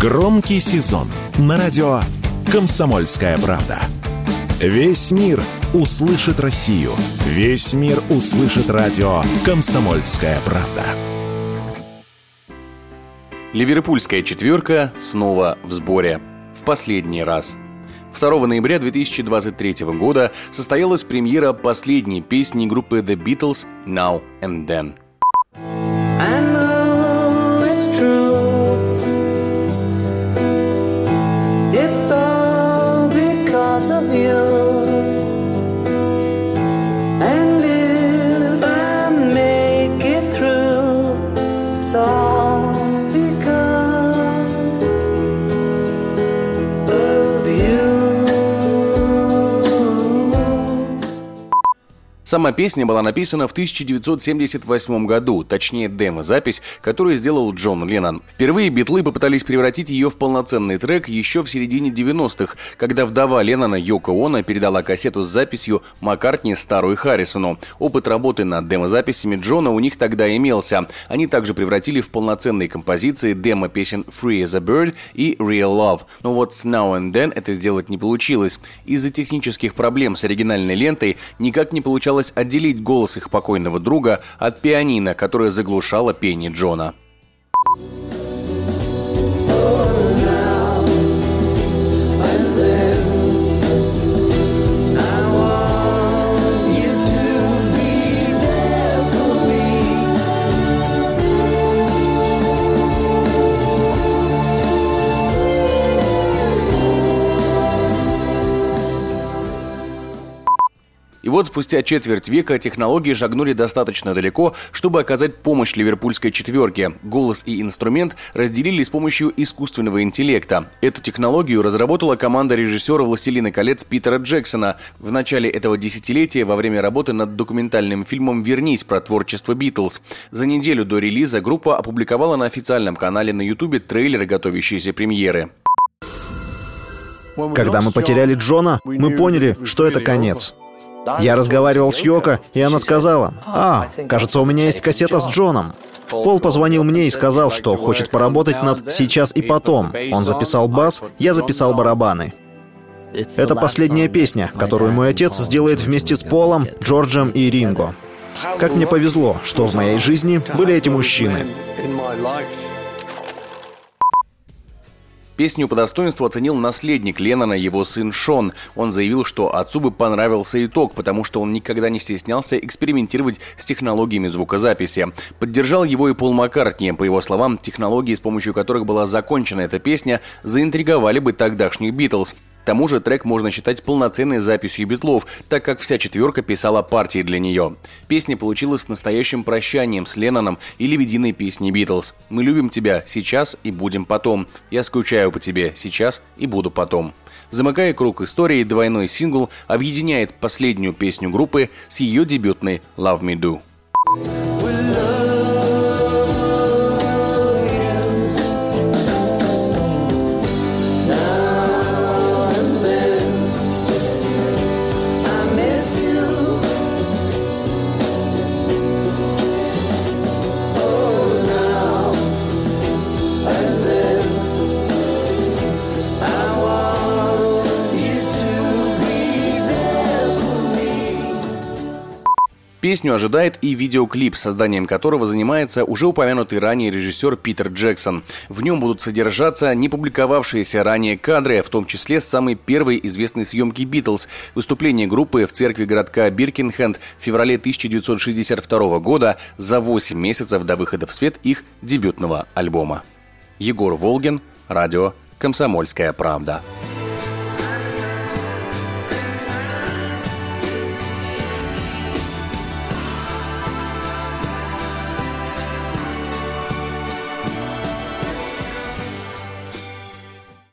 Громкий сезон на радио «Комсомольская правда». Весь мир услышит Россию. Весь мир услышит радио «Комсомольская правда». Ливерпульская четверка снова в сборе. В последний раз. 2 ноября 2023 года состоялась премьера последней песни группы The Beatles «Now and Then». I know it's true. It's all because of you. And if I make it through, it's all because of you. Сама песня была написана в 1978 году, точнее демо-запись, которую сделал Джон Леннон. Впервые битлы попытались превратить ее в полноценный трек еще в середине 90-х, когда вдова Леннона Йоко Оно передала кассету с записью Маккартни, Старру и Харрисону. Опыт работы над демо-записями Джона у них тогда имелся. Они также превратили в полноценные композиции демо-песен Free as a Bird и Real Love. Но вот с Now and Then это сделать не получилось. Из-за технических проблем с оригинальной лентой никак не получалось отделить голос их покойного друга от пианино, которое заглушало пение Джона. И вот спустя четверть века технологии шагнули достаточно далеко, чтобы оказать помощь ливерпульской четверке. Голос и инструмент разделили с помощью искусственного интеллекта. Эту технологию разработала команда режиссера «Властелина колец» Питера Джексона в начале этого десятилетия во время работы над документальным фильмом «Вернись» про творчество Битлз. За неделю до релиза группа опубликовала на официальном канале на Ютубе трейлеры готовящейся премьеры. Когда мы потеряли Джона, мы поняли, что это конец. Я разговаривал с Йоко, и она сказала: кажется, у меня есть кассета с Джоном. Пол позвонил мне и сказал, что хочет поработать над «Сейчас и потом». Он записал бас, я записал барабаны. Это последняя песня, которую мой отец сделает вместе с Полом, Джорджем и Ринго. Как мне повезло, что в моей жизни были эти мужчины. Песню по достоинству оценил наследник Леннона, его сын Шон. Он заявил, что отцу бы понравился итог, потому что он никогда не стеснялся экспериментировать с технологиями звукозаписи. Поддержал его и Пол Маккартни. По его словам, технологии, с помощью которых была закончена эта песня, заинтриговали бы тогдашних Битлз. К тому же трек можно считать полноценной записью битлов, так как вся четверка писала партии для нее. Песня получилась настоящим прощанием с Ленноном и лебединой песней Битлз. «Мы любим тебя сейчас и будем потом. Я скучаю по тебе сейчас и буду потом». Замыкая круг истории, двойной сингл объединяет последнюю песню группы с ее дебютной «Love Me Do». Песню ожидает и видеоклип, созданием которого занимается уже упомянутый ранее режиссер Питер Джексон. В нем будут содержаться не публиковавшиеся ранее кадры, в том числе с самой первой известной съемки Битлз – выступление группы в церкви городка Биркенхенд в феврале 1962 года за 8 месяцев до выхода в свет их дебютного альбома. Егор Волгин, радио «Комсомольская правда».